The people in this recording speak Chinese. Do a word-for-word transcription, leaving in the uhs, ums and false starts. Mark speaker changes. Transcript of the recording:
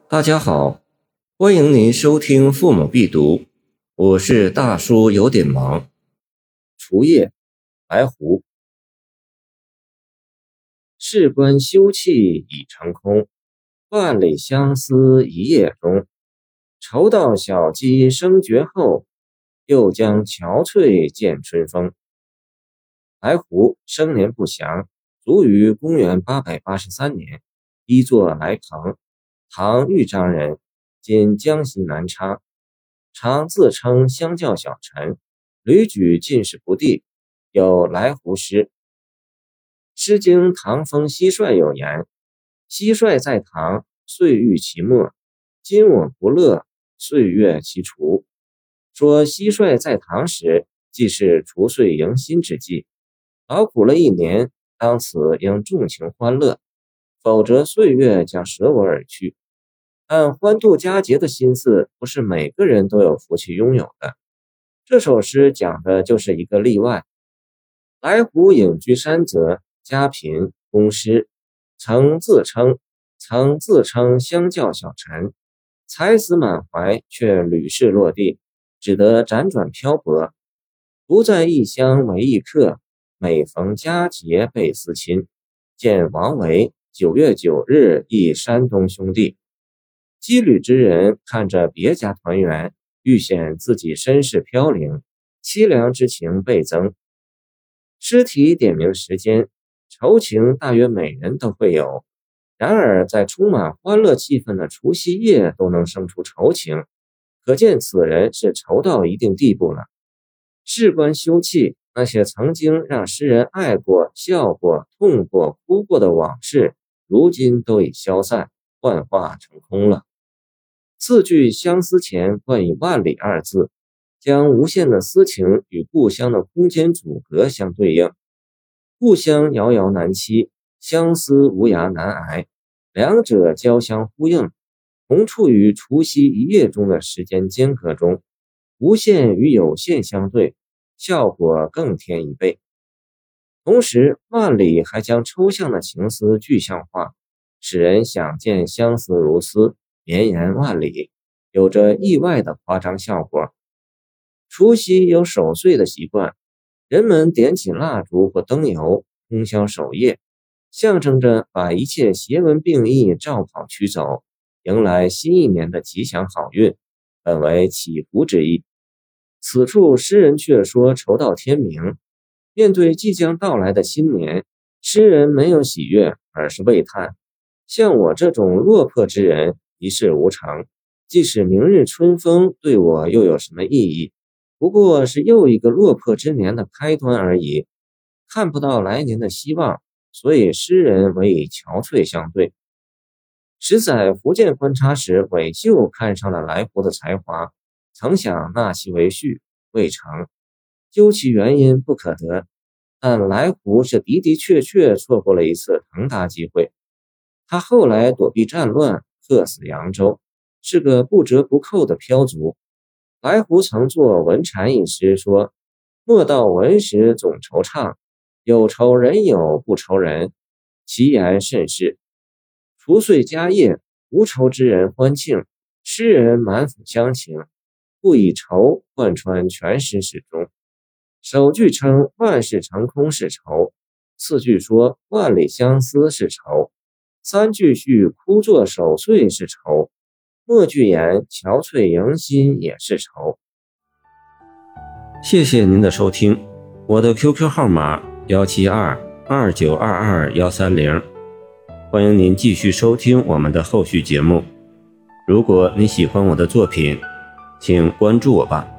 Speaker 1: 大家好，欢迎您收听父母必读，我是大叔有点忙。除夜，白狐。事关休憩已成空，万里相思一夜中。愁到小鸡声绝后，又将憔悴见春风。白狐生年不详，卒于公元八百八十三年，依作来朋，唐豫章人，今江西南昌，常自称相教小臣，屡举进士不第，有来狐诗。诗经唐风蟋蟀有言：蟋蟀在堂，岁欲其末，今我不乐，岁月其除。说蟋蟀在堂时，即是除岁迎新之际，劳苦了一年，当此应纵情欢乐，否则岁月将舍我而去。但欢度佳节的心思不是每个人都有福气拥有的，这首诗讲的就是一个例外。来狐隐居山泽，家贫公师，曾自称曾自称相教小臣，才思满怀，却屡试落地，只得辗转漂泊，不在异乡为异客，每逢佳节倍思亲。见王维九月九日忆山东兄弟。羁旅之人看着别家团圆，愈显自己身世飘零，凄凉之情倍增。诗题点明时间，愁情大约每人都会有，然而在充满欢乐气氛的除夕夜都能生出愁情，可见此人是愁到一定地步了。事关休憩，那些曾经让诗人爱过、笑过、痛过、哭过的往事，如今都已消散，幻化成空了。四句相思前冠以万里二字，将无限的私情与故乡的空间阻隔相对应。故乡遥遥难期，相思无涯难挨，两者交相呼应，同处于除夕一夜中的时间间隔中，无限与有限相对，效果更添一倍。同时，万里还将抽象的情思具象化，使人想见相思如斯，绵延万里，有着意外的夸张效果。除夕有守岁的习惯，人们点起蜡烛或灯油，通宵守夜，象征着把一切邪文病疫照跑驱走，迎来新一年的吉祥好运，本为祈福之意。此处诗人却说愁到天明。面对即将到来的新年，诗人没有喜悦，而是喟叹，像我这种落魄之人，一事无成，即使明日春风，对我又有什么意义？不过是又一个落魄之年的开端而已，看不到来年的希望，所以诗人唯以憔悴相对。十载福建观察时，韦秀看上了来狐的才华，曾想纳其为婿，未成，究其原因不可得，但来狐是的的确确错过了一次腾达机会。他后来躲避战乱，客死扬州，是个不折不扣的飘卒。来狐曾作《文蝉》一诗说：莫道文时总惆怅，有愁人有不愁人，其言甚是。除岁佳夜，无愁之人欢庆，诗人满腹乡情，不以愁贯穿全诗始终。首句称万事成空是愁，次句说万里相思是愁，三句续枯坐守岁是愁，末句言憔悴迎新也是愁。谢谢您的收听，我的 Q Q 号码一七二二九二二一三零，欢迎您继续收听我们的后续节目。如果你喜欢我的作品，请关注我吧。